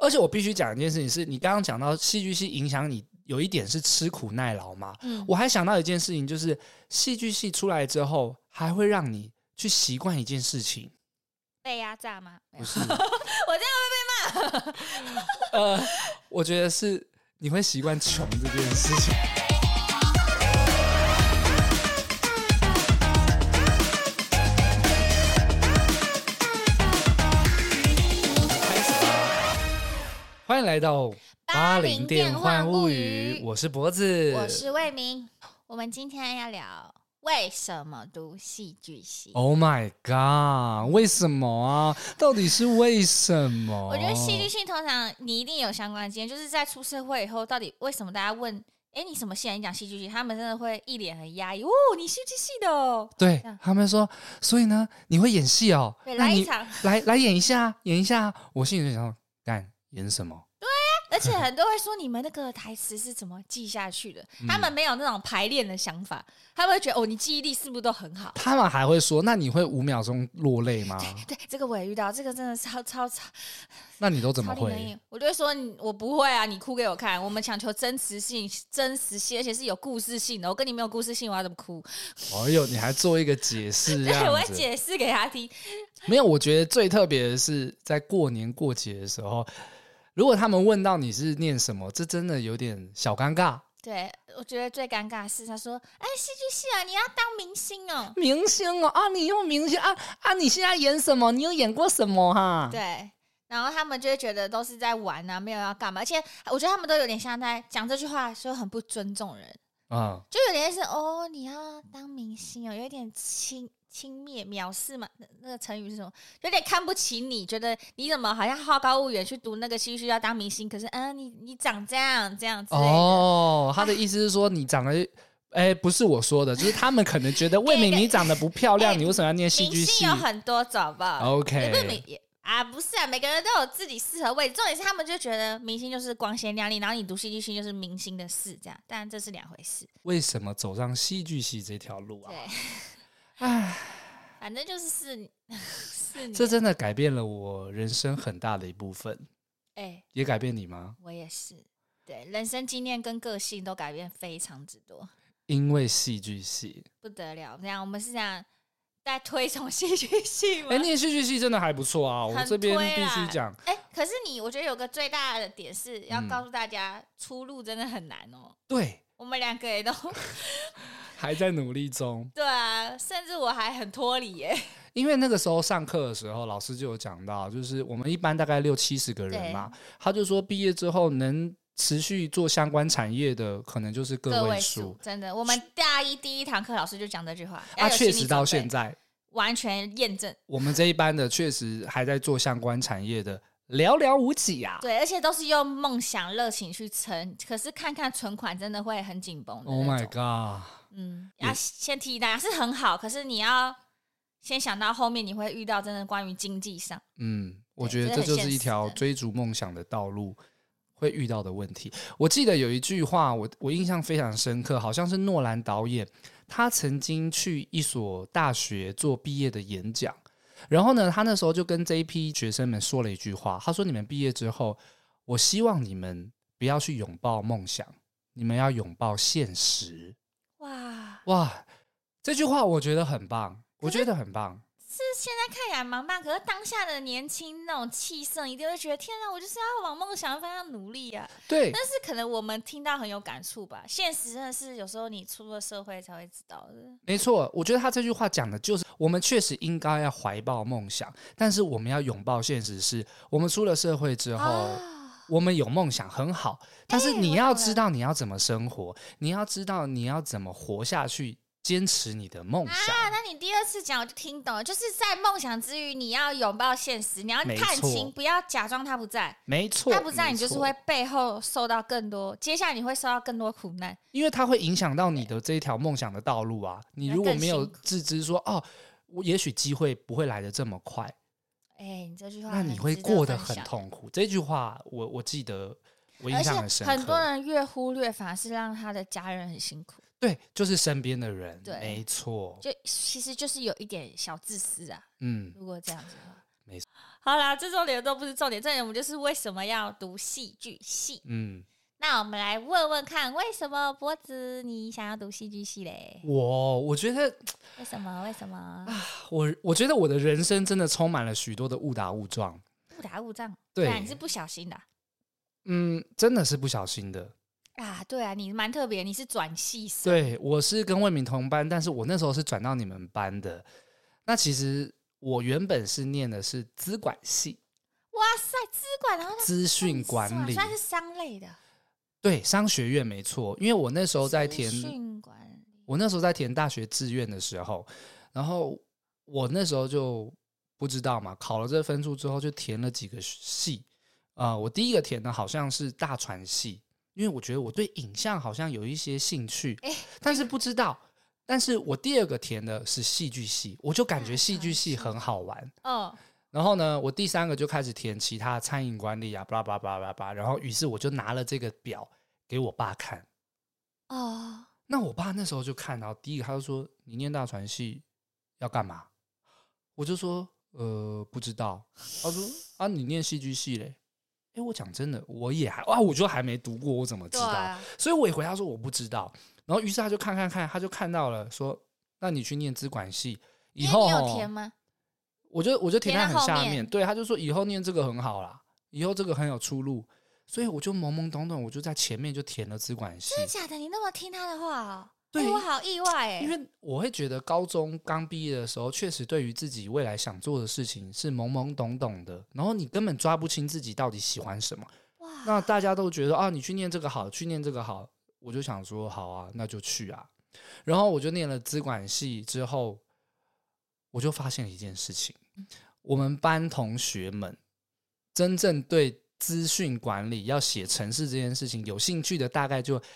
而且我必须讲一件事情是，你刚刚讲到戏剧系影响你有一点是吃苦耐劳嘛，我还想到一件事情，就是戏剧系出来之后还会让你去习惯一件事情。 被压榨吗？ 不是， 我这样会被骂。 我觉得是你会习惯穷这件事情。欢迎来到80电幻物语，我是脖子， 我是魏明。我们今天要聊为什么读戏剧系。 Oh my god， 为什么啊？到底是为什么？ 我觉得戏剧系通常你一定有相关的经验，就是在出社会以后，到底为什么大家问你什么系啊？你讲戏剧系，他们真的会一脸很压抑。哦，你戏剧系的哦。 对，他们说，所以呢，你会演戏哦？ 对，来一场， 来演一下，演一下。我心里就想，干演什么？ 而且很多会说你们那个台词是怎么记下去的，他们没有那种排练的想法，他们会觉得你记忆力是不是都很好？ 他们还会说，那你会5秒钟落泪吗？ 对，这个我也遇到，这个真的超。 那你都怎么会？ 我就会说我不会啊，你哭给我看。我们强求真实性，而且是有故事性的。我跟你没有故事性，我要怎么哭？ 哎呦，你还做一个解释，这样子。 对，我会解释给他听。 没有，我觉得最特别的是在过年过节的时候。如果他们问到你是念什么，这真的有点小尴尬。 对，我觉得最尴尬的是他说：“戏剧系啊，你要当明星哦， 明星哦啊，你用明星啊，你现在演什么？你有演过什么哈？” 对，然后他们就会觉得都是在玩啊，没有要干嘛。而且我觉得他们都有点像在讲这句话，说很不尊重人，就有点是你要当明星哦，有点轻蔑、藐视嘛，那个成语是什么？有点看不起你，觉得你怎么好像好高骛远去读那个戏剧要当明星，可是你长这样之类的。 哦，他的意思是说你长得不是我说的，就是他们可能觉得魏明你长得不漂亮，你为什么要念戏剧系？ 明星有很多种，好不好 ？OK， 不是啊，每个人都有自己适合位置。重点是他们就觉得明星就是光鲜亮丽，然后你读戏剧系就是明星的事，这样，但这是两回事。 为什么走上戏剧系这条路啊？ 对，反正就是4年， 这真的改变了我人生很大的一部分。也改变你吗？ 我也是，对，人生经验跟个性都改变非常之多。 因为戏剧系不得了，这样我们是这样在推崇戏剧系吗？ 念戏剧系真的还不错啊，我这边必须讲。 可是我觉得有个最大的点是要告诉大家，出路真的很难哦。 对， 我们2个也都还在努力中。 对啊，甚至我还很脱离耶。 因为那个时候上课的时候，老师就有讲到，就是我们一般大概60-70个人嘛，他就说毕业之后能持续做相关产业的，可能就是个位数。 真的，我们大一第1堂课老师就讲这句话， 确实到现在完全验证。 我们这一班的确实还在做相关产业的寥寥无几啊。 对，而且都是用梦想热情去撑，可是看看存款真的会很紧绷的。 Oh my god。 要先提大家是很好，可是你要先想到后面你会遇到真的关于经济上。 我觉得这就是一条追逐梦想的道路会遇到的问题。我记得有一句话我印象非常深刻，好像是诺兰导演，他曾经去一所大学做毕业的演讲，然后呢他那时候就跟这一批学生们说了一句话，他说你们毕业之后，我希望你们不要去拥抱梦想，你们要拥抱现实。哇，这句话我觉得很棒，我觉得很棒。 是现在看起来蛮棒，可是当下的年轻那种气氛，一定会觉得天啊，我就是要往梦想方向努力啊。 对， 但是可能我们听到很有感触吧。现实真的是有时候你出了社会才会知道的。 没错，我觉得他这句话讲的就是我们确实应该要怀抱梦想，但是我们要拥抱现实，是我们出了社会之后，我们有梦想很好，但是你要知道你要怎么生活，你要知道你要怎么活下去，坚持你的梦想。 那你第2次讲我就听懂了，就是在梦想之余，你要拥抱现实，你要看清，不要假装他不在。 没错， 他不在，你就是会背后受到更多，接下来你会受到更多苦难， 因为它会影响到你的这一条梦想的道路啊。你如果没有自知说我也许机会不会来得这么快， 你这句话那你会过得很痛苦。这句话我记得，我印象很深刻。 很多人越忽略，反而是让他的家人很辛苦。 对，就是身边的人，没错， 就其实就是有一点小自私啊。如果这样子的话， 没错。 好啦，这重点都不是重点，重点我们就是为什么要读戏剧系。那我们来问问看，为什么脖子你想要读戏剧系嘞？ 我觉得为什么？ 我觉得我的人生真的充满了许多的误打误撞。 误打误撞？ 对啊，你是不小心的真的是不小心的啊。对啊，你蛮特别，你是转系生。 对，我是跟魏敏同班，但是我那时候是转到你们班的。那其实我原本是念的是资管系。 哇塞，资管，然后资讯管理， 算是商类的。 对，商学院没错。因为我那时候在填大学志愿的时候，然后我那时候就不知道嘛，考了这分数之后就填了几个系。我第一个填的好像是大传系，因为我觉得我对影像好像有一些兴趣，但是不知道。但是我第二个填的是戏剧系，我就感觉戏剧系很好玩。然后呢，我第三个就开始填其他餐饮管理啊，巴拉巴拉巴拉巴拉。然后于是我就拿了这个表给我爸看。那我爸那时候就看到第一个，他就说：“你念大传系要干嘛？”我就说：“不知道。”他说：“啊，你念戏剧系嘞？”我讲真的，我就还没读过，我怎么知道？所以我也回答说我不知道。然后于是他就看，他就看到了，说：“那你去念资管系以后， 你有填吗？” 我就填在很下面。对，他就说以后念这个很好啦，以后这个很有出路。所以我就懵懵懂懂，我就在前面就填了资管系。 真的假的？你那么听他的话哦？ 对， 我好意外因为我会觉得高中刚毕业的时候，确实对于自己未来想做的事情是懵懵懂懂的，然后你根本抓不清自己到底喜欢什么。那大家都觉得啊，你去念这个好，去念这个好，我就想说好啊，那就去啊。然后我就念了资管系之后，我就发现了一件事情，我们班同学们真正对资讯管理要写程式这件事情有兴趣的大概就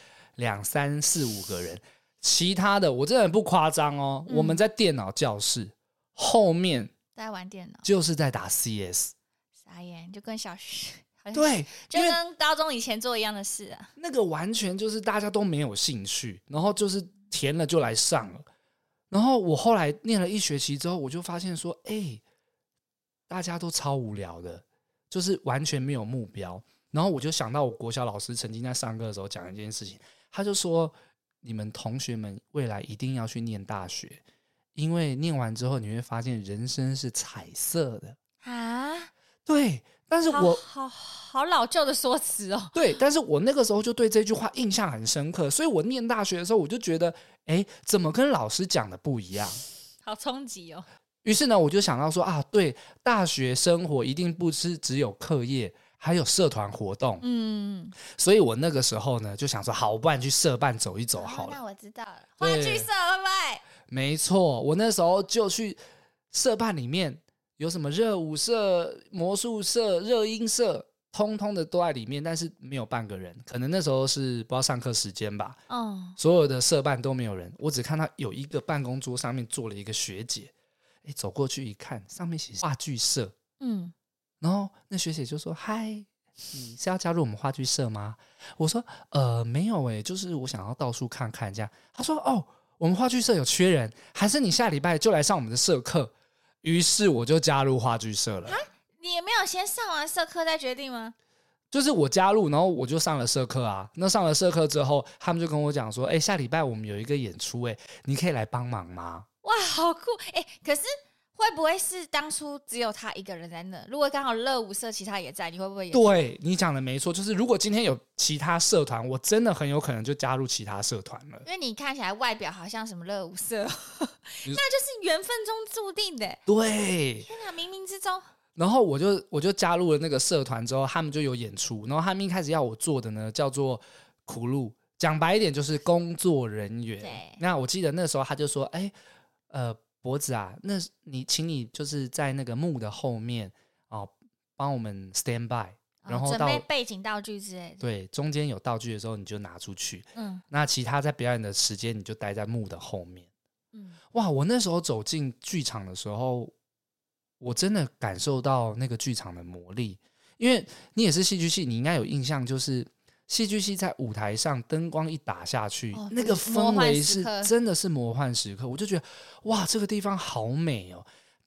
2、3、4、5个人，其他的我真的不夸张哦。我们在电脑教室后面在玩电脑， 就是在打 CS。 傻眼，就跟小学对， 就跟高中以前做一样的事啊。 那个完全就是大家都没有兴趣，然后就是填了就来上了。然后我后来念了1学期之后，我就发现说大家都超无聊的，就是完全没有目标。然后我就想到我国小老师曾经在上课的时候讲一件事情，他就说你们同学们未来一定要去念大学，因为念完之后你会发现人生是彩色的啊。对，但是我好老旧的说辞哦。 对，但是我那个时候就对这句话印象很深刻，所以我念大学的时候我就觉得怎么跟老师讲的不一样， 好冲击哦。 于是呢我就想到说啊，对，大学生活一定不是只有课业，还有社团活动。所以我那个时候呢就想说好，不然去社办走一走好了。 那我知道了，话剧社会不会？ 没错，我那时候就去社办里面，有什么热舞社、魔术社、热音社，通通的都在里面，但是没有半个人。可能那时候是不知道上课时间吧，所有的社办都没有人。我只看到有一个办公桌上面坐了一个学姐，走过去一看，上面写话剧社。然后那学姐就说：“嗨，你是要加入我们话剧社吗？”我说：“没有就是我想要到处看看这样。”她说：“哦，我们话剧社有缺人，还是你下礼拜就来上我们的社课。”于是我就加入话剧社了。 你也没有先上完社课再决定吗？ 就是我加入，然后我就上了社课啊。那上了社课之后，他们就跟我讲说：“下礼拜我们有一个演出，你可以来帮忙吗？” 哇，好酷！可是会不会是当初只有他一个人在那？如果刚好热舞社其他也在，你会不会也？ 对，你讲的没错，就是如果今天有其他社团，我真的很有可能就加入其他社团了。 因为你看起来外表好像什么热舞社，那就是缘分中注定的。 对， 天哪，冥冥之中。 然后我就加入了那个社团之后，他们就有演出，然后他们一开始要我做的呢叫做苦路，讲白一点就是工作人员。 对， 那我记得那时候他就说：“脖子啊，那请你就是在那个幕的后面帮我们 stand by，然后准备背景道具之类的。 对，中间有道具的时候你就拿出去。那其他在表演的时间你就待在幕的后面。哇，我那时候走进剧场的时候，我真的感受到那个剧场的魔力。因为你也是戏剧系，你应该有印象，就是戏剧系在舞台上灯光一打下去，那个氛围是真的是魔幻时刻。我就觉得哇，这个地方好美哦。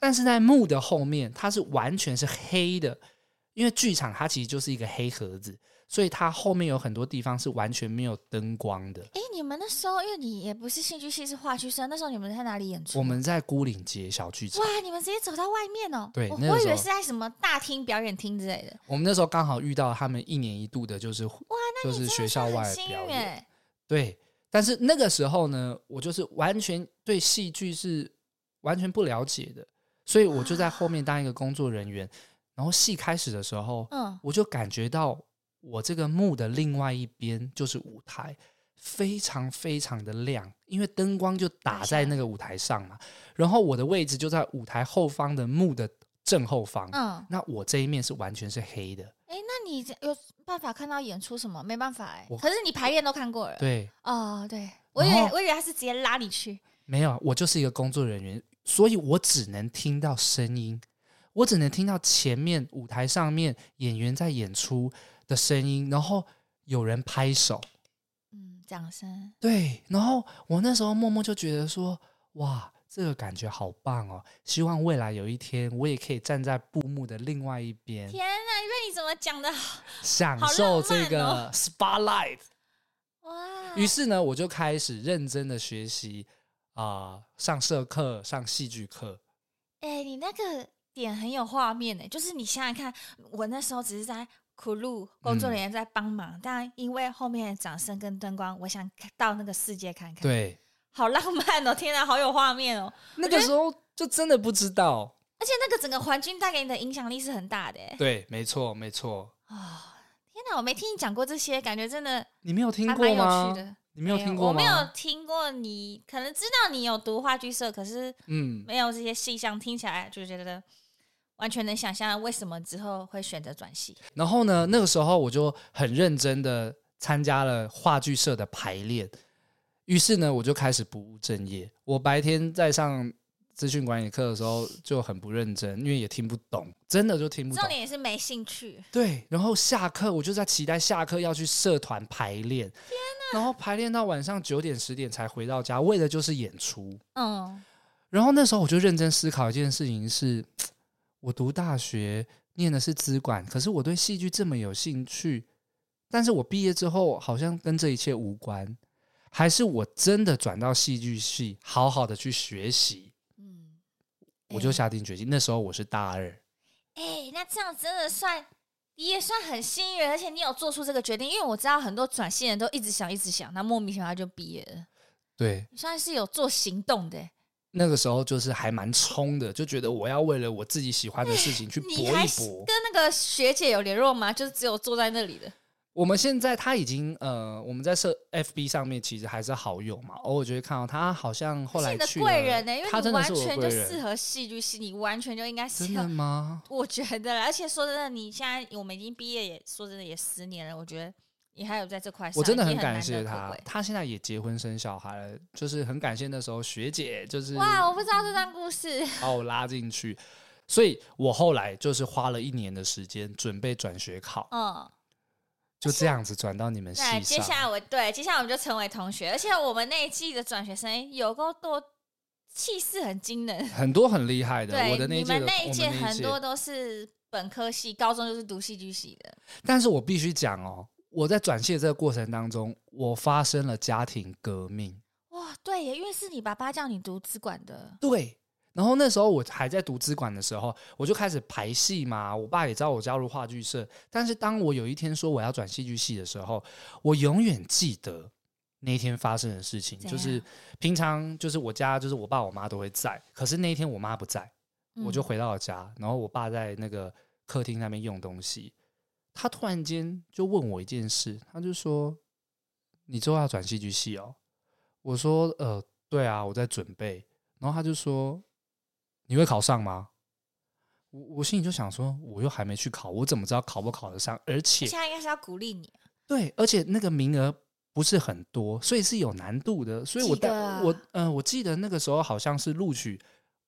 但是在幕的后面它是完全是黑的，因为剧场它其实就是一个黑盒子，所以它后面有很多地方是完全没有灯光的。 你们那时候因为你也不是戏剧系，是话剧社，那时候你们在哪里演出？ 我们在牯岭街小剧场。 哇，你们直接走到外面哦。 对， 我以为是在什么大厅表演厅之类的。 我们那时候刚好遇到他们1年1度的就是就是学校外表演。对，但是那个时候呢，我就是完全对戏剧是完全不了解的，所以我就在后面当一个工作人员。然后戏开始的时候，我就感觉到我这个幕的另外一边就是舞台，非常非常的亮，因为灯光就打在那个舞台上嘛。然后我的位置就在舞台后方的幕的正后方，那我这一面是完全是黑的。 那你有办法看到演出什么？没办法可是你排练都看过了。 对， 对，我以为他是直接拉你去。 没有，我就是一个工作人员，所以我只能听到声音，我只能听到前面舞台上面演员在演出的声音，然后有人拍手， 掌声。对， 然后我那时候默默就觉得说，哇，这个感觉好棒哦！希望未来有一天我也可以站在布幕的另外一边。 天哪，因为你怎么讲的享受这个 spotlight。 哇！ 于是呢，我就开始认真的学习上社课，上戏剧课。 你那个点很有画面呢，就是你想想看，我那时候只是在苦路工作人员在帮忙，但因为后面的掌声跟灯光，我想到那个世界看看。 对， 好浪漫哦！天哪，好有画面哦！ 那个时候就真的不知道， 而且那个整个环境带给你的影响力是很大的。 对，没错没错。 天哪，我没听你讲过这些，感觉真的你没有听过吗？ 还蛮有趣的。 你没有听过吗？ 我没有听过。你可能知道你有读话剧社，可是没有这些细项，听起来就觉得完全能想象为什么之后会选择转系。 然后呢，那个时候我就很认真的参加了话剧社的排练，于是呢，我就开始不务正业。我白天在上资讯管理课的时候就很不认真，因为也听不懂，真的就听不懂。 重点也是没兴趣。 对，然后下课我就在期待下课要去社团排练。 天哪！ 然后排练到晚上9点10点才回到家，为的就是演出。然后那时候我就认真思考一件事情是，我读大学念的是资管，可是我对戏剧这么有兴趣，但是我毕业之后好像跟这一切无关，还是我真的转到戏剧系好好的去学习。我就下定决心，那时候我是大2。 那这样真的你也算很幸运，而且你有做出这个决定，因为我知道很多转系人都一直想，那莫名其妙就毕业了。 对， 你算是有做行动的。 那个时候就是还蛮冲的，就觉得我要为了我自己喜欢的事情去搏一搏。 跟那个学姐有联络吗？就是只有坐在那里的。 我们现在他已经我们在FB 上面其实还是好友嘛，偶尔就会看到他好像后来去了。 是你的贵人因为他真的是我完全就适合戏剧系，你完全就应该是。 真的吗？ 我觉得，而且说真的，你现在我们已经毕业，也说真的也10年了，我觉得你还有在这块上， 我真的很感谢他。他现在也结婚生小孩了，就是很感谢那时候学姐，就是哇，我不知道这段故事， 把我拉进去，所以我后来就是花了1年的时间准备转学考。就这样子转到你们系上。 接下来我们就成为同学，而且我们那一季的转学生有够多，气势很惊人， 很多很厉害的。我的你们那一届很多都是本科系，高中就是读戏剧系的。 但是我必须讲我在转系的这个过程当中，我发生了家庭革命。 哇，对耶，因为是你爸爸叫你读资管的。 对。然后那时候我还在读资管的时候，我就开始排戏嘛。我爸也知道我加入话剧社，但是当我有一天说我要转戏剧系的时候，我永远记得那一天发生的事情。就是平常就是我家就是我爸我妈都会在，可是那一天我妈不在，我就回到了家，然后我爸在那个客厅那边用东西，他突然间就问我一件事，他就说：“你之后要转戏剧系哦？”我说：“对啊，我在准备。”然后他就说：“你会考上吗？”我心里就想说，我又还没去考，我怎么知道考不考得上？而且现在应该是要鼓励你。 对，而且那个名额不是很多，所以是有难度的。所以我记得那个时候好像是录取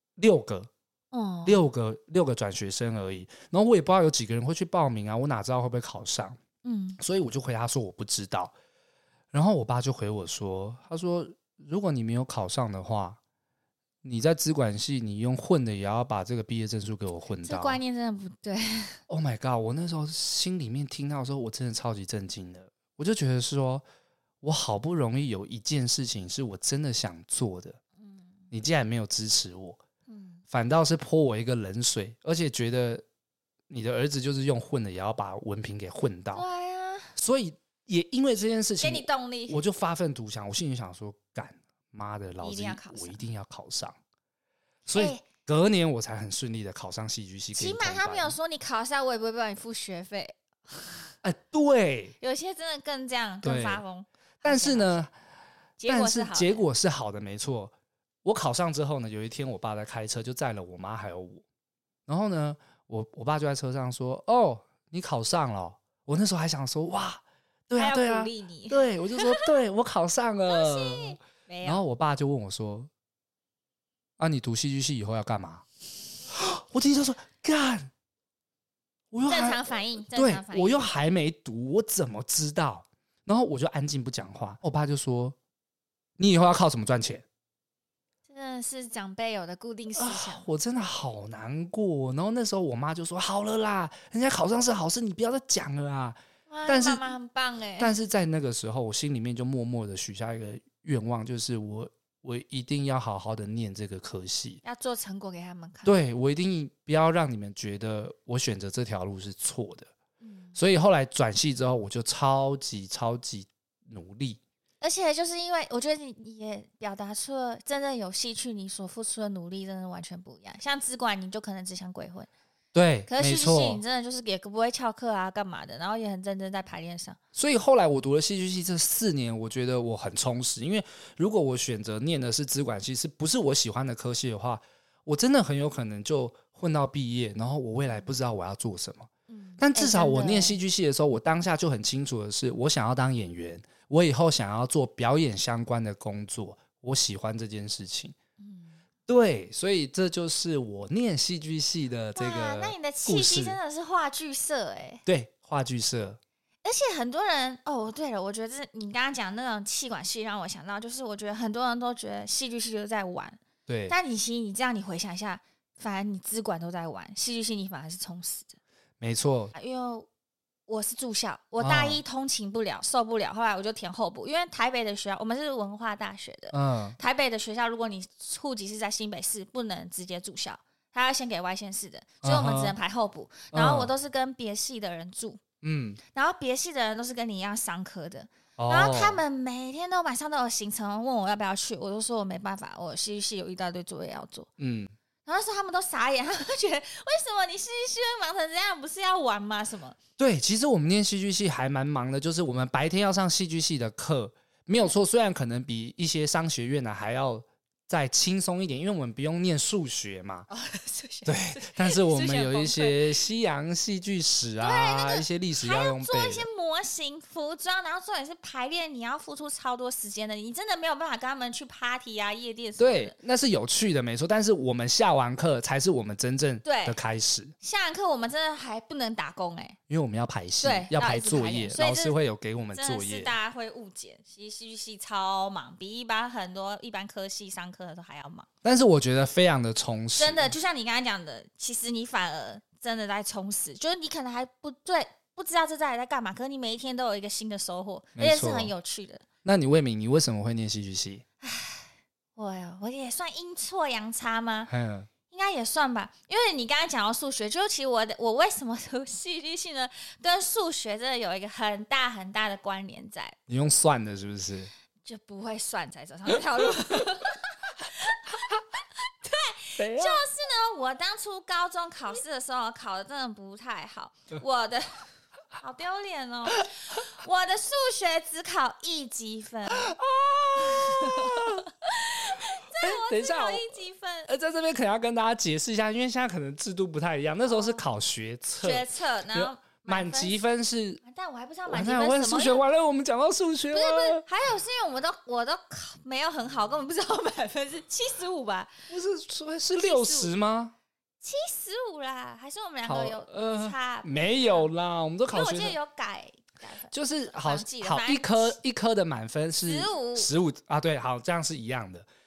6个转学生而已。然后我也不知道有几个人会去报名啊，我哪知道会不会考上？所以我就回答说我不知道。然后我爸就回我说，他说如果你没有考上的话， 你在资管系，你用混的也要把这个毕业证书给我混到， 这观念真的不对。 Oh my god！ 我那时候心里面听到的时候，我真的超级震惊的。我就觉得说，我好不容易有一件事情是我真的想做的，你竟然没有支持我，反倒是泼我一个冷水，而且觉得你的儿子就是用混的也要把文凭给混到， 对啊， 所以也因为这件事情， 给你动力， 我就发愤图强。我心里想说，干妈的，老子我一定要考上。所以隔年我才很顺利的考上戏剧系。 起码他没有说你考上，我也不会帮你付学费。 对， 有些真的更这样，更发疯。 但是呢，结果是好的，没错。我考上之后呢，有一天我爸在开车，就载了我妈还有我。然后呢，我爸就在车上说：“哦，你考上了。”我那时候还想说：“哇，对啊，对啊， 鼓励你。” 对，我就说：“对，我考上了。”然后我爸就问我说：“啊，你读戏剧系以后要干嘛？”我第一次说：“干。” 正常反应， 对，我又还没读，我怎么知道？然后我就安静不讲话。我爸就说：“你以后要靠什么赚钱？” 真的是长辈有的固定思想， 我真的好难过。然后那时候我妈就说：“好了啦，人家考上是好事，你不要再讲了啦。”但是妈妈很棒哎。 但是在那个时候，我心里面就默默的许下一个愿望，就是我一定要好好的念这个科系， 要做成果给他们看。 对，我一定不要让你们觉得我选择这条路是错的。所以后来转系之后，我就超级努力。 而且就是因为我觉得你也表达出了真正有兴趣，你所付出的努力真的完全不一样。像资管，你就可能只想鬼混， 对， 可是戏剧系你真的就是也不会翘课啊，干嘛的，然后也很认真在排练上。 所以后来我读了戏剧系这4年，我觉得我很充实。因为如果我选择念的是资管系，是不是我喜欢的科系的话，我真的很有可能就混到毕业，然后我未来不知道我要做什么。但至少我念戏剧系的时候，我当下就很清楚的是，我想要当演员，我以后想要做表演相关的工作，我喜欢这件事情。对，所以这就是我念戏剧系的这个。 那你的契机真的是话剧社哎。 对，话剧社。 而且很多人对了，我觉得你刚刚讲那种气管系让我想到，就是我觉得很多人都觉得戏剧系就是在玩， 对。 但你这样你回想一下，反而你资管都在玩，戏剧系你反而是充实的。 没错， 因为我是住校，我大一通勤不了，受不了，后来我就填候补。因为台北的学校，我们是文化大学的，台北的学校，如果你户籍是在新北市，不能直接住校，他要先给外县市的，所以我们只能排候补。然后我都是跟别系的人住，然后别系的人都是跟你一样商科的，然后他们每天都晚上都有行程，问我要不要去，我就说我没办法，我戏剧系有一大堆作业要做，然后那时候他们都傻眼，他们觉得为什么你戏剧系会忙成这样，不是要玩吗？什么？ 对，其实我们念戏剧系还蛮忙的，就是我们白天要上戏剧系的课，没有错，虽然可能比一些商学院还要再轻松一点，因为我们不用念数学嘛， 数学对，但是我们有一些西洋戏剧史啊，一些历史要用背的， 还要做一些模型、服装，然后重点是排练，你要付出超多时间的，你真的没有办法跟他们去 party 啊、夜店什么的。 对，那是有趣的，没错。但是我们下完课才是我们真正的开始。 下完课我们真的还不能打工因为我们要排戏，要排作业，老师会有给我们作业。 真的是大家会误解，其实戏剧系超忙，比一般很多一般科系上课的时候还要忙。 但是我觉得非常的充实， 真的就像你刚才讲的，其实你反而真的在充实，就是你可能还不知道这在干嘛，可是你每一天都有一个新的收获，而且是很有趣的。 那你魏敏，你为什么会念戏剧系？ 我也算阴错阳差吗？应该也算吧，因为你刚才讲到数学，就其实我为什么读戏剧系呢？跟数学真的有一个很大很大的关联在。 你用算的是不是？ 就不会算才走上这条路。对，就是呢，我当初高中考试的时候考的真的不太好，好丢脸哦！我的数学只考1级分。 等一下， 1级分。 在这边可能要跟大家解释一下，因为现在可能制度不太一样。那时候是考学测， 然后满级分是， 但我还不知道满级分什么。 数学完了，我们讲到数学了。 不是，还有是因为我都考没有很好，根本不知道满分是75吧？ 不是，是60吗 ？75啦，还是我们两个有差？ 没有啦，我们都考学测。 我记得有改分， 就是好一科的满分是15啊，对，好，这样是一样的。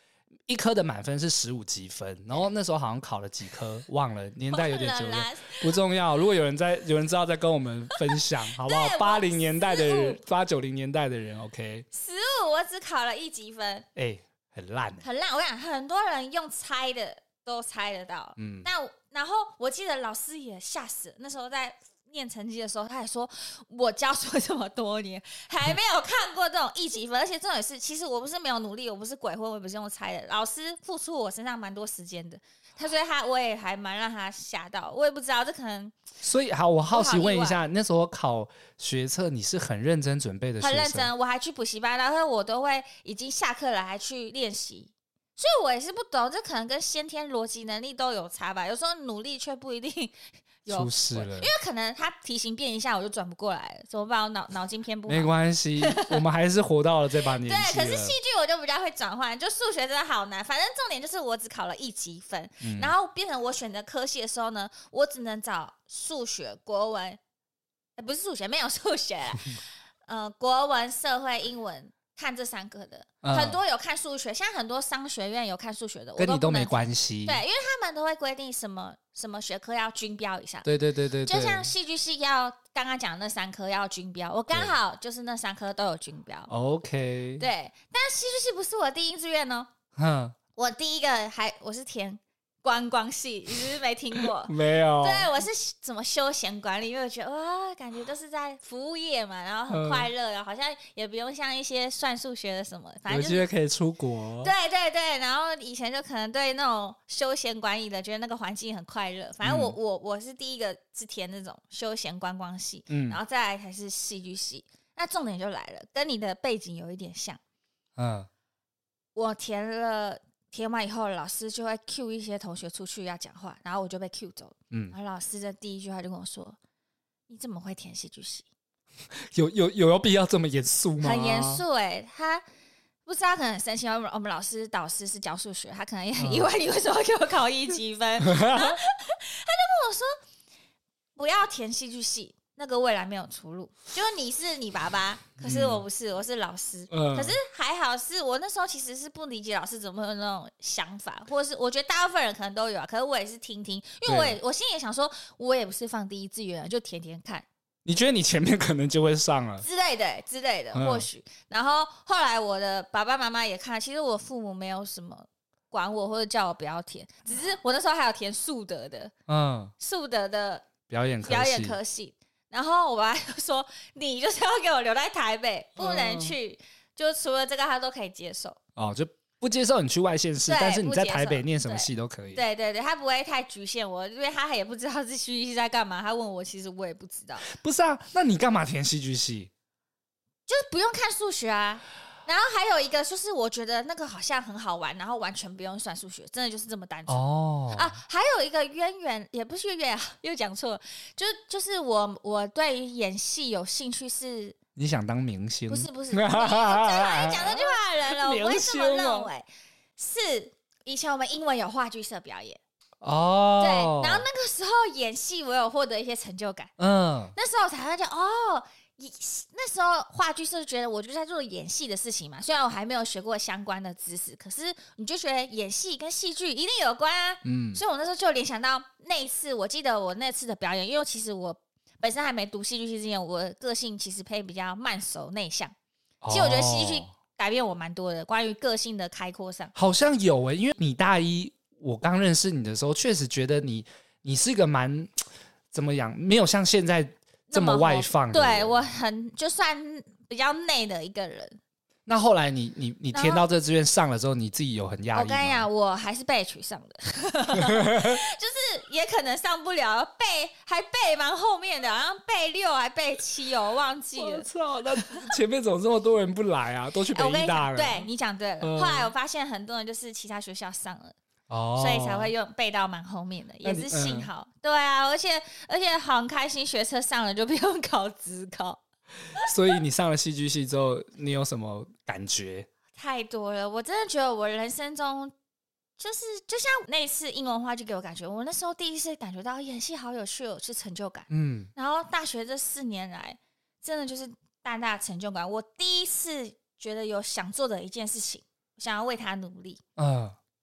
一科的满分是15几分，然后那时候好像考了几科忘了，年代有点久远，不重要。如果有人知道再跟我们分享好不好？80年代的人，80、90年代的人 ，OK。 15我只考了1级分， 很烂， 很烂。我想很多人用猜的都猜得到，然后我记得老师也吓死了，那时候在念成绩的时候，他还说我教书这么多年还没有看过这种1级分，而且重点是其实我不是没有努力，我不是鬼混，我也不是用猜的，老师付出我身上蛮多时间的，所以我也还蛮让他吓到，我也不知道这可能。 所以好，我好奇问一下，那时候考学测你是很认真准备的学生？ 很认真，我还去补习班，然后我都会已经下课了还去练习，所以我也是不懂，这可能跟先天逻辑能力都有差吧，有时候努力却不一定出事了， 因为可能他题型变一下我就转不过来了，怎么办？我脑筋偏不好。 没关系，我们还是活到了这把年纪。 对，可是戏剧我就比较会转换，就数学真的好难。反正重点就是我只考了1级分，然后变成我选择科系的时候呢，我只能找数学、国文，不是数学，没有数学国文、社会、英文。看这3科的，很多有看数学，像很多商学院有看数学的， 跟你都没关系。 对，因为他们都会规定什么学科要均标一下。 对， 就像戏剧系要刚刚讲的那3科要均标，我刚好就是那3科都有均标。 OK。 对，但戏剧系不是我第一志愿哦。我第一个我是填观光系，你是不是没听过？ 没有。 对，我是怎么休闲管理，因为我觉得哇，感觉都是在服务业嘛，然后很快乐，然后好像也不用像一些算数学的什么，反正有机会可以出国。 对，然后以前就可能对那种休闲管理的，觉得那个环境很快乐。反正我是第一个是填那种休闲观光系，然后再来才是戏剧系。那重点就来了，跟你的背景有一点像。我填完以后，老师就会 cue 一些同学出去要讲话，然后我就被 cue 走了。然后老师的第一句话就跟我说：“你怎么会填戏剧系？” 有必要这么严肃吗？ 很严肃他不知道，可能很生气。我们老师导师是教数学，他可能也很意外，你为什么给我考1级分？他就跟我说：“不要填戏剧系。”那个未来没有出路，就是你是你爸爸，可是我不是，我是老师。可是还好是我那时候其实是不理解老师怎么会有那种想法，或者是我觉得大部分人可能都有可是我也是听，因为我心里也想说，我也不是放第一志愿，就填看。 你觉得你前面可能就会上了之类的，或许。然后后来我的爸爸妈妈也看，其实我父母没有什么管我或者叫我不要填，只是我那时候还有填树德的，树德的表演科系。然后我爸就说：“你就是要给我留在台北，不能去。就除了这个，他都可以接受。 就不接受你去外县市，但是你在台北念什么系都可以。 对，他不会太局限我，因为他也不知道这戏剧系在干嘛。他问我，其实我也不知道。 不是啊，那你干嘛填戏剧系？ 就是不用看数学啊。然后还有一个就是，我觉得那个好像很好玩，然后完全不用算数学，真的就是这么单纯还有一个渊源，也不是渊源，又讲错了，就是我对于演戏有兴趣是。 你想当明星？ 不是，最讨厌讲这句话的人了，我不会这么认为。是以前我们英文有话剧社表演对，然后那个时候演戏，我有获得一些成就感。那时候才会觉得那时候话剧社觉得我就在做演戏的事情嘛，虽然我还没有学过相关的知识，可是你就觉得演戏跟戏剧一定有关啊。所以我那时候就联想到那一次，我记得我那次的表演，因为其实我本身还没读戏剧系之前，我的个性其实配比较慢熟内向。其实我觉得戏剧系改变我蛮多的，关于个性的开阔上。 好像有因为你大一我刚认识你的时候，确实觉得你是一个蛮怎么样，没有像现在这么外放的人。 对，我就算比较内的一个人。 那后来你填到这志愿上了之后，你自己有很压力吗？ 我跟你讲，我还是被取上的，就是也可能上不了，还背蛮后面的，好像背6还背7我忘记了。 我操，那前面怎么这么多人不来啊？都去北医大了。 对，你讲对了。后来我发现很多人就是其他学校上了。所以才会背到蛮后面的，也是幸好。对啊，而且很开心，学测上了就不用考指考。 所以你上了戏剧系之后，你有什么感觉？ 太多了，我真的觉得我人生中就像那次英文话剧给我感觉，我那时候第一次感觉到演戏好有趣，有成就感。然后大学这4年来，真的就是大大的成就感。我第一次觉得有想做的一件事情，想要为他努力。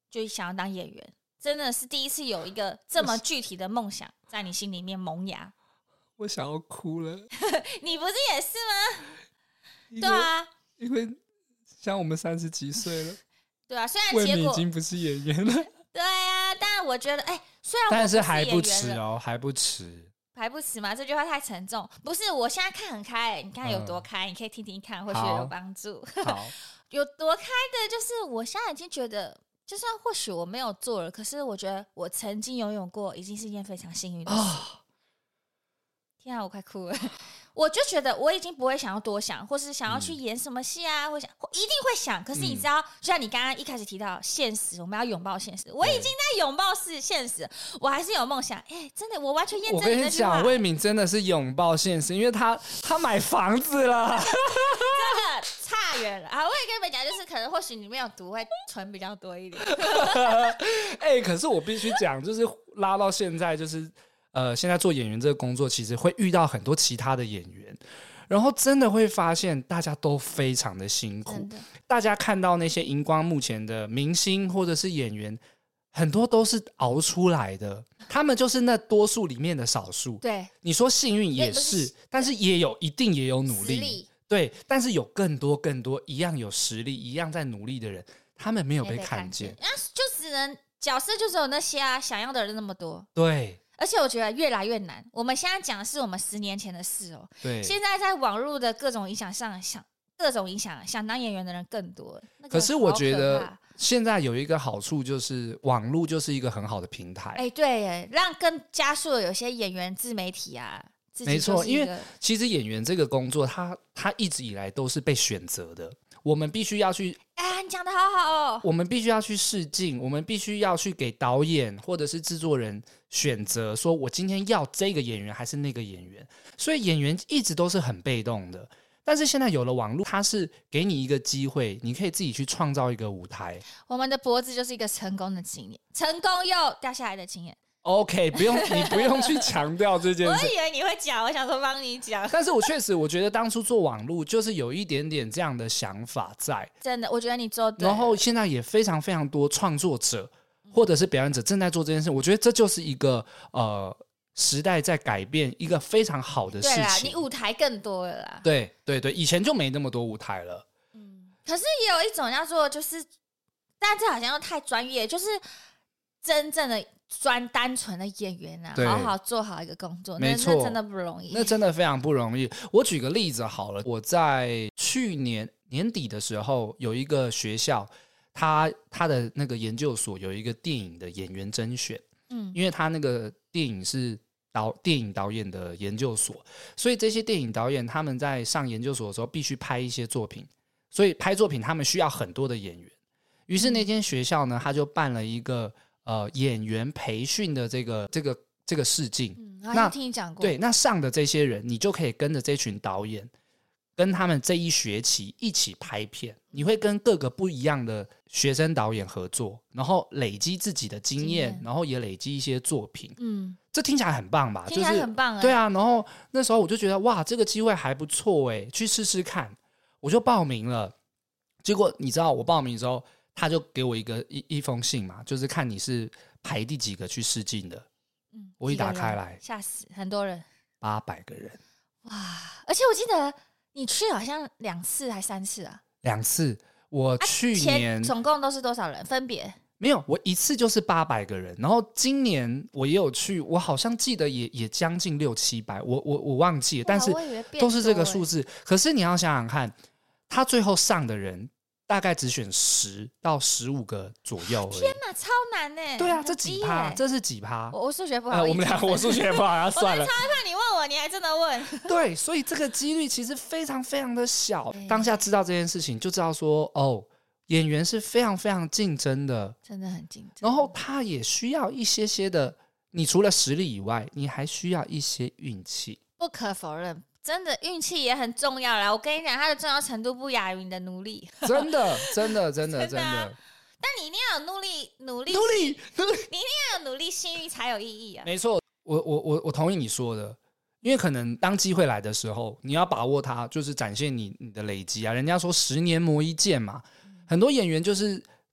就想要当演员？真的是第一次有一个这么具体的梦想在你心里面萌芽。 我想要哭了。 你不是也是吗？对啊， 因为像我们30几岁了， 对啊，虽然魏敏结果已经不是演员了。 对啊，但我觉得，虽然我但是还不不迟哦，还不迟， 还不迟嘛？这句话太沉重。不是，我现在看很开，你看有多开，你可以听听看，或许有帮助。 好， 有多开的，就是我现在已经觉得。就算或许我没有做了，可是我觉得我曾经拥有过，已经是一件非常幸运的事。天啊，我快哭了！我就觉得我已经不会想要多想，或是想要去演什么戏啊，或一定会想。可是你知道，就像你刚刚一开始提到现实，我们要拥抱现实。我已经在拥抱现实，我还是有梦想。真的，我完全验证你那句话。 我跟你讲，魏敏真的是拥抱现实，因为他买房子了。 真的差远了啊！我也跟你们讲，就是可能或许你没有读，会存比较多一点。 可是我必须讲，就是拉到现在，就是现在做演员这个工作，其实会遇到很多其他的演员，然后真的会发现大家都非常的辛苦。大家看到那些荧光幕前的明星或者是演员，很多都是熬出来的，他们就是那多数里面的少数。 对， 你说幸运也是，但是一定也有努力。对，但是有更多一样有实力、一样在努力的人，他们没有被看见， 就只能角色就只有那些啊，想要的人那么多。 对， 而且我觉得越来越难。我们现在讲的是我们10年前的事哦。 对， 现在在网络的各种影响上，想当演员的人更多。 可是我觉得现在有一个好处，就是网络就是一个很好的平台。 对耶，让更加速的有些演员自媒体啊。 没错，因为其实演员这个工作，他一直以来都是被选择的。我们必须要去， 你讲的好好哦。 我们必须要去试镜，我们必须要去给导演或者是制作人选择，说我今天要这个演员还是那个演员。所以演员一直都是很被动的。但是现在有了网络，它是给你一个机会，你可以自己去创造一个舞台。 我们的脖子就是一个成功的经验，成功又掉下来的经验。 OK， 你不用去强调这件事。 我以为你会讲，我想说帮你讲。 但是我觉得当初做网路就是有一点点这样的想法在。 真的，我觉得你做对。 然后现在也非常非常多创作者或者是表演者正在做这件事，我觉得这就是一个时代在改变，一个非常好的事情。对啦，你舞台更多了啦。 对，以前就没那么多舞台了。 可是也有一种叫做就是，但这好像又太专业，就是真正的。单纯的演员啊，好好做好一个工作， 没错， 那真的不容易， 那真的非常不容易。我举个例子好了，我在去年年底的时候，有一个学校，他的那个研究所有一个电影的演员甄选，因为他那个电影是电影导演的研究所，所以这些电影导演他们在上研究所的时候必须拍一些作品，所以拍作品他们需要很多的演员。于是那间学校呢，他就办了一个演员培训的这个试镜。 那听你讲过。 对，那上的这些人，你就可以跟着这群导演，跟他们这一学期一起拍片。你会跟各个不一样的学生导演合作，然后累积自己的经验，然后也累积一些作品。这听起来很棒吧？ 听起来很棒。 对啊，然后那时候我就觉得哇，这个机会还不错哎，去试试看。我就报名了。结果你知道我报名之后，他就给我一封信嘛，就是看你是排第几个去试镜的。我一打开来， 吓死，很多人 ，800个人。 哇！而且我记得你去好像2次还3次啊 ？2次。我去年总共都是多少人？分别没有，我一次就是800个人。然后今年我也有去，我好像记得也将近600-700，我忘记了，但是都是这个数字。可是你要想想看，他最后上的人大概只选10到15个左右而已。 天哪，超难呢！ 对啊，这几趴？这是几趴？ 我数学不好， 我们俩我数学不好，算了。 我超害怕你问我，你还真的问。 对，所以这个几率其实非常非常的小。当下知道这件事情，就知道说哦，演员是非常非常竞争的， 真的很竞争。 然后他也需要一些的，你除了实力以外，你还需要一些运气。 不可否认。真的运气也很重要啦，我跟你讲，它的重要程度不亚于你的努力。 真的。但你一定要有努力，你一定要有努力，幸运才有意义啊。 没错，我同意你说的，因为可能当机会来的时候，你要把握它，就是展现你的累积啊。人家说10年磨一剑嘛，很多演员就是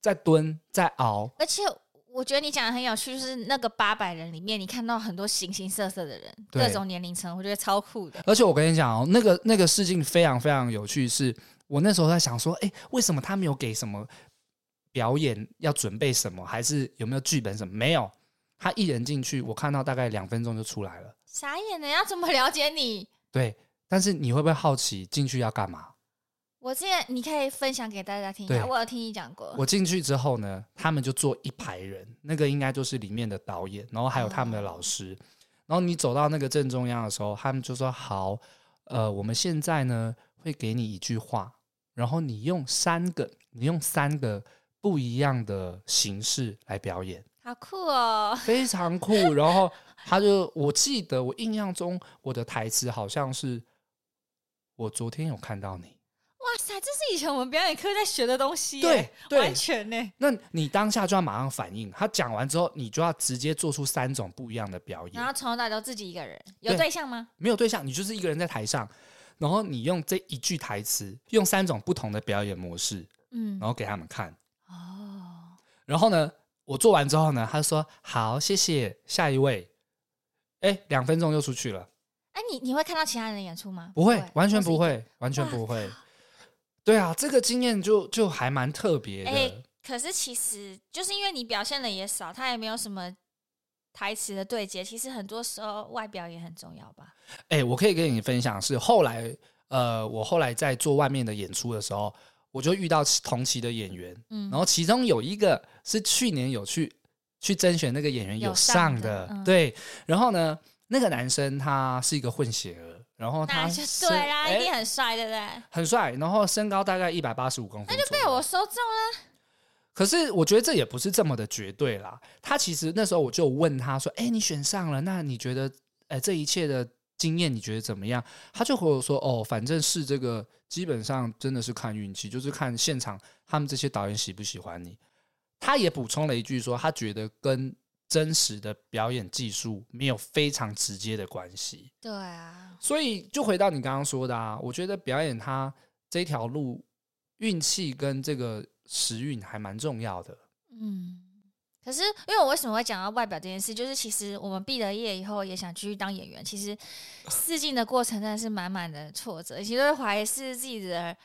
在蹲，在熬。 而且我觉得你讲的很有趣，就是那个800人里面，你看到很多形形色色的人，各种年龄层，我觉得超酷的。 而且我跟你讲哦，那个事情非常非常有趣，是我那时候在想说，为什么他没有给什么表演要准备什么，还是有没有剧本什么？没有，他一人进去，我看到大概2分钟就出来了。 傻眼了，要怎么了解你？ 对，但是你会不会好奇进去要干嘛？ 我之前你可以分享给大家听一下，我有听你讲过。 我进去之后呢，他们就坐一排人，那个应该就是里面的导演，然后还有他们的老师。然后你走到那个正中央的时候，他们就说：“好，我们现在呢会给你一句话，然后你用三个不一样的形式来表演。” 好酷哦， 非常酷。然后我记得我印象中我的台词好像是我昨天有看到你。 哇塞，这是以前我们表演课在学的东西耶， 对，完全呢。 那你当下就要马上反应，他讲完之后，你就要直接做出3种不一样的表演。 然后从头到尾都自己一个人，有对象吗？ 没有对象，你就是一个人在台上，然后你用这一句台词，用3种不同的表演模式，然后给他们看。哦，然后呢，我做完之后呢，他说好，谢谢，下一位。2分钟就出去了。 你会看到其他人的演出吗？ 不会，完全不会，完全不会。对啊，这个经验就还蛮特别的。 可是其实就是因为你表现的也少，他也没有什么台词的对接，其实很多时候外表也很重要吧。 我可以跟你分享是后来我后来在做外面的演出的时候，我就遇到同期的演员，然后其中有一个是去年有去甄选那个演员有上的，对，然后呢那个男生他是一个混血儿，然后他对啦，一定很帅，对不对？ 很帅，然后身高大概185公分， 那就被我说中了。 可是我觉得这也不是这么的绝对啦。他其实那时候我就问他说：“你选上了，那你觉得这一切的经验你觉得怎么样？”他就和我说：“反正是这个，基本上真的是看运气，就是看现场他们这些导演喜不喜欢你。”他也补充了一句说，他觉得跟真实的表演技术没有非常直接的关系。 对啊， 所以就回到你刚刚说的啊，我觉得表演它这条路，运气跟这个时运还蛮重要的。 可是因为我为什么会讲到外表这件事，就是其实我们毕了业以后也想继续当演员，其实试镜的过程真的是满满的挫折，其实会怀疑是自己的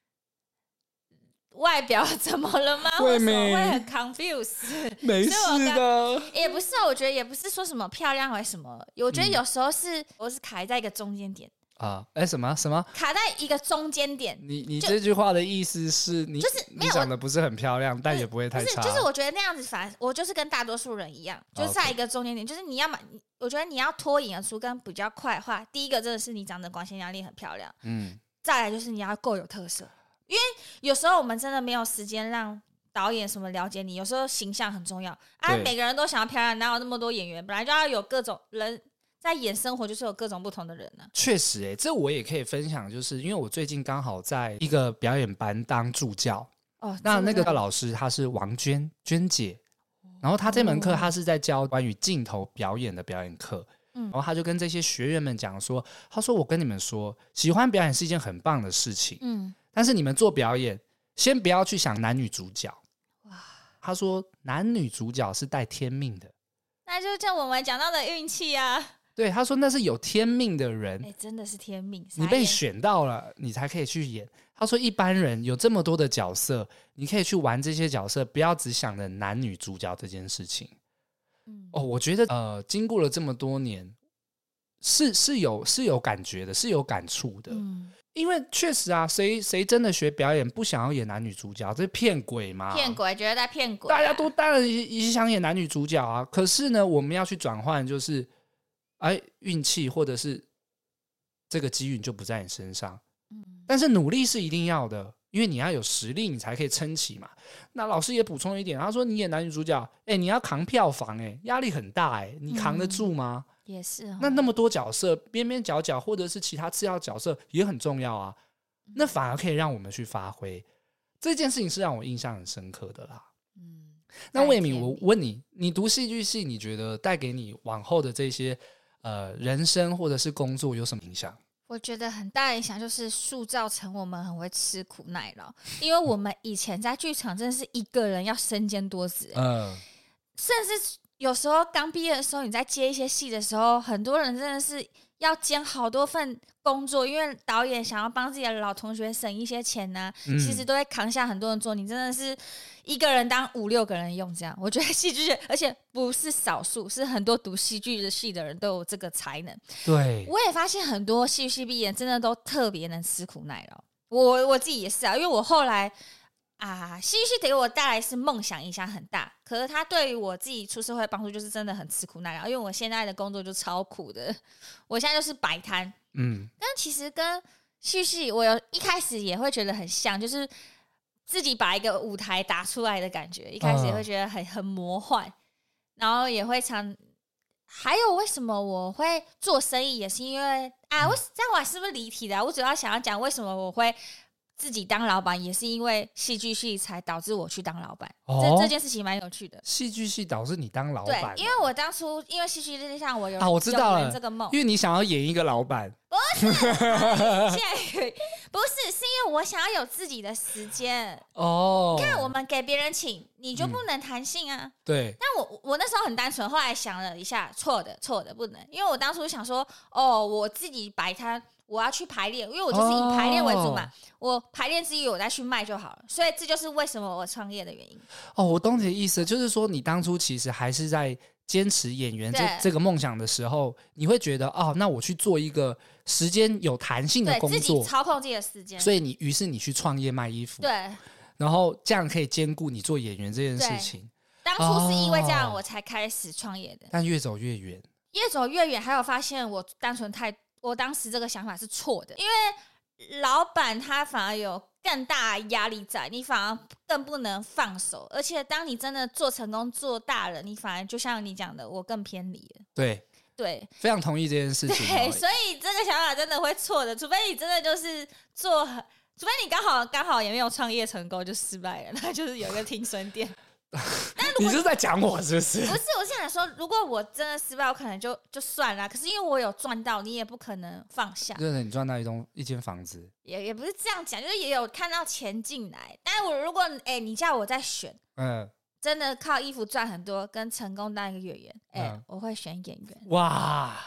外表怎么了吗？为什么会很 confused？ 没事的， 也不是，我觉得也不是说什么漂亮还是什么，我觉得有时候我是卡在一个中间点啊。什么卡在一个中间点？ 你这句话的意思是你就是你长得不是很漂亮，但也不会太差。 就是我觉得那样子，反正我就是跟大多数人一样，就是在一个中间点，就是你要嘛，我觉得你要脱颖而出跟比较快的话，第一个真的是你长得光鲜亮丽很漂亮，再来就是你要够有特色。因为有时候我们真的没有时间让导演什么了解你，有时候形象很重要啊。每个人都想要漂亮，哪有那么多演员？本来就要有各种人在演生活，就是有各种不同的人呢。 确实，这我也可以分享，就是因为我最近刚好在一个表演班当助教。那个老师他是王娟姐，然后他这门课他是在教关于镜头表演的表演课。然后他就跟这些学员们讲说，他说我跟你们说，喜欢表演是一件很棒的事情。但是你们做表演，先不要去想男女主角。他说男女主角是带天命的， 那就像我们讲到的运气啊。 对，他说那是有天命的人， 真的是天命， 你被选到了，你才可以去演。他说一般人有这么多的角色，你可以去玩这些角色，不要只想着男女主角这件事情。我觉得经过了这么多年，是有感觉的，是有感触的。因为确实啊，谁真的学表演不想要演男女主角？这是骗鬼吗？ 骗鬼，觉得在骗鬼。 大家都当然也想演男女主角啊。可是呢，我们要去转换，就是运气或者是这个机遇就不在你身上。但是努力是一定要的，因为你要有实力，你才可以撑起嘛。那老师也补充一点，他说你演男女主角，你要扛票房，压力很大，你扛得住吗？ 也是那么多角色，边边角角或者是其他次要角色也很重要啊。那反而可以让我们去发挥这件事情，是让我印象很深刻的啦。那魏敏，我问你，你读戏剧系，你觉得带给你往后的这些人生或者是工作有什么影响？ 我觉得很大的影响就是塑造成我们很会吃苦耐劳，因为我们以前在剧场真的是一个人要身兼多职，甚至有时候刚毕业的时候，你在接一些戏的时候，很多人真的是要兼好多份工作，因为导演想要帮自己的老同学省一些钱啊，其实都会扛下很多人做，你真的是一个人当5、6个人用这样。我觉得戏剧，而且不是少数，是很多读戏剧的系的人都有这个才能。 对， 我也发现很多戏剧系毕业真的都特别能吃苦耐劳。我自己也是啊，因为我后来戏剧系给我带来是梦想影响很大，可是它对于我自己出社会帮助就是真的很吃苦耐劳，因为我现在的工作就超苦的，我现在就是摆摊，但其实跟戏剧系我一开始也会觉得很像，就是自己把一个舞台打出来的感觉，一开始也会觉得很魔幻，然后也会还有为什么我会做生意，也是因为这样我是不是离题的我主要想要讲为什么我会自己当老板，也是因为戏剧系才导致我去当老板。这件事情蛮有趣的。 戏剧系导致你当老板？ 对，因为我当初因为戏剧系上我有我知道了这个梦， 因为你想要演一个老板。 不是，现在不是，是因为我想要有自己的时间。你看我们给别人请，你就不能弹性啊。 对。 但我那时候很单纯，后来想了一下，错的不能，因为我当初想说，我自己摆摊。我要去排练，因为我就是以排练为主嘛。我排练之余，我再去卖就好了。所以这就是为什么我创业的原因。 我懂你的意思，就是说你当初其实还是在坚持演员这个梦想的时候，你会觉得那我去做一个时间有弹性的工作， 自己操控自己的时间。 所以于是你去创业卖衣服， 对， 然后这样可以兼顾你做演员这件事情。 当初是因为这样我才开始创业的， 但越走越远， 还有发现我单纯我当时这个想法是错的，因为老板他反而有更大压力在，你反而更不能放手，而且当你真的做成功做大了，你反而就像你讲的，我更偏离了。 对，非常同意这件事情。 对，所以这个想法真的会错的，除非你真的就是除非你刚好也没有创业成功就失败了，那就是有一个停损点。 你是在讲我是不是？ 不是，我是想说，如果我真的失败，我可能就算了。可是因为我有赚到，你也不可能放下。 对，你赚到一间房子， 也不是这样讲，就是也有看到钱进来。但是如果你叫我再选，真的靠衣服赚很多，跟成功当一个演员，我会选演员。 哇！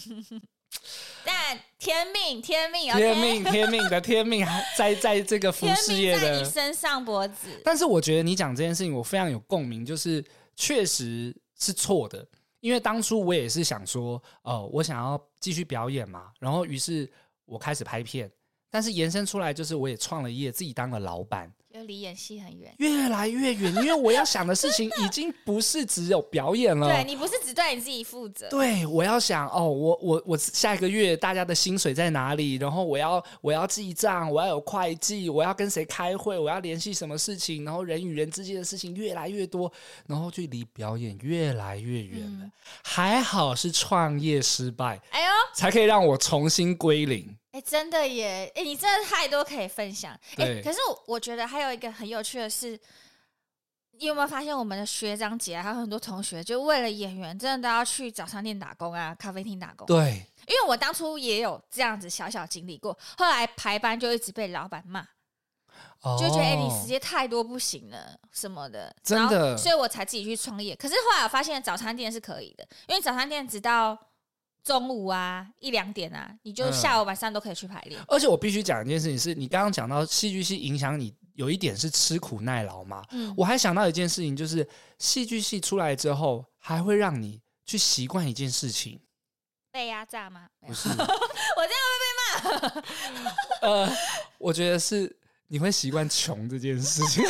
但天命的天命在这个服饰业的在你身上脖子。 但是我觉得你讲这件事情我非常有共鸣，就是确实是错的，因为当初我也是想说我想要继续表演嘛，然后于是我开始拍片，但是延伸出来就是我也创了业，自己当了老板， 就离演戏很远， 越来越远，因为我要想的事情已经不是只有表演了。 对，你不是只对你自己负责。 对，我要想我下一个月大家的薪水在哪里，然后我要记账，我要有会计，我要跟谁开会，我要联系什么事情，然后人与人之间的事情越来越多，然后就离表演越来越远了。还好是创业失败，才可以让我重新归零。 真的耶！你真的太多可以分享。可是我觉得还有一个很有趣的是，你有没有发现我们的学长姐还有很多同学，就为了演员，真的都要去早餐店打工啊，咖啡厅打工。 对， 因为我当初也有这样子小经历过，后来排班就一直被老板骂，就觉得你时间太多不行了什么的， 真的， 所以我才自己去创业。可是后来我发现早餐店是可以的，因为早餐店直到中午1、2点你就下午晚上都可以去排练。 而且我必须讲一件事情，是你刚刚讲到戏剧系影响你有一点是吃苦耐劳嘛，我还想到一件事情，就是戏剧系出来之后还会让你去习惯一件事情， 被压榨吗？ 不是， 我这样会被骂。我觉得是你会习惯穷这件事情。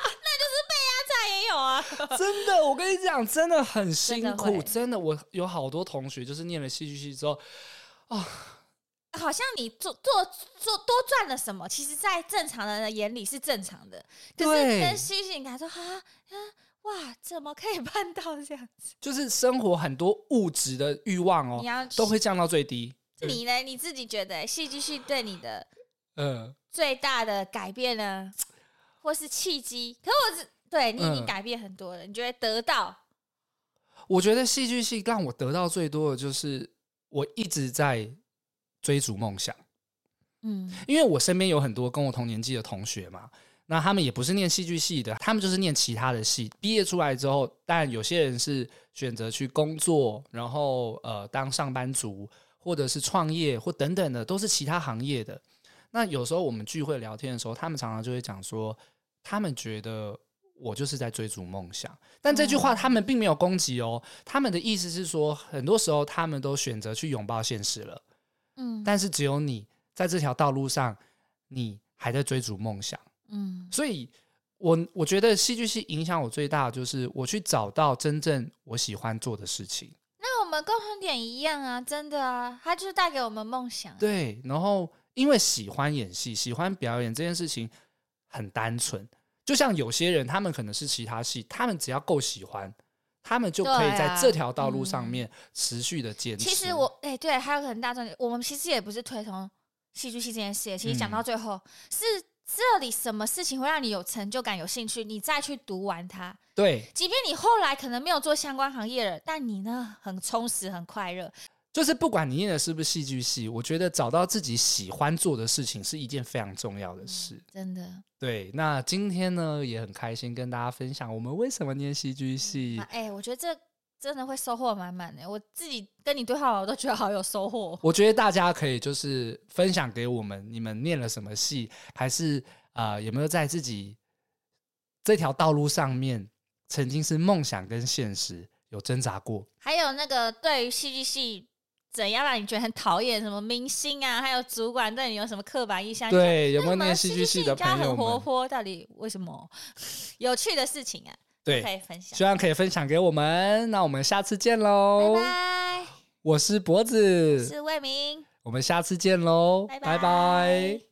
真的，我跟你讲，真的很辛苦，真的。我有好多同学就是念了戏剧系之后， 好像你做多赚了什么，其实在正常人的眼里是正常的，可是跟戏剧系感说哇，怎么可以办到这样子？ 就是生活很多物质的欲望都会降到最低。 你呢？你自己觉得戏剧系对你的最大的改变呢，或是契机？可是对你已经改变很多了，你觉得得到？ 我觉得戏剧系让我得到最多的就是我一直在追逐梦想。因为我身边有很多跟我同年纪的同学嘛，那他们也不是念戏剧系的，他们就是念其他的系，毕业出来之后，当然有些人是选择去工作，然后当上班族，或者是创业或等等的，都是其他行业的。那有时候我们聚会聊天的时候，他们常常就会讲说，他们觉得我就是在追逐梦想，但这句话他们并没有攻击哦，他们的意思是说，很多时候他们都选择去拥抱现实了，但是只有你在这条道路上，你还在追逐梦想，所以我觉得戏剧系影响我最大的就是我去找到真正我喜欢做的事情。 那我们共同点一样啊，真的啊，它就是带给我们梦想。 对，然后因为喜欢演戏，喜欢表演这件事情很单纯，就像有些人他们可能是其他系，他们只要够喜欢，他们就可以在这条道路上面持续的坚持。 其实对，还有个很大重点，我们其实也不是推崇戏剧系这件事，其实讲到最后，是这里什么事情会让你有成就感、有兴趣，你再去读完它。 对， 即便你后来可能没有做相关行业了，但你呢很充实、很快乐。 就是不管你念的是不是戏剧系，我觉得找到自己喜欢做的事情是一件非常重要的事。 真的。 对，那今天呢也很开心跟大家分享我们为什么念戏剧系。 我觉得这真的会收获满满的，我自己跟你对话我都觉得好有收获。 我觉得大家可以就是分享给我们，你们念了什么系，还是有没有在自己这条道路上面曾经是梦想跟现实有挣扎过， 还有那个对于戏剧系怎样让你觉得很讨厌，什么明星啊，还有主管对你有什么刻板印象？ 对，有没有念戏剧系的朋友们？ 很活泼，到底为什么？有趣的事情啊， 对， 可以分享， 希望可以分享给我们。那我们下次见喽， 拜拜。 我是脖子， 我是魏明， 我们下次见喽，拜拜。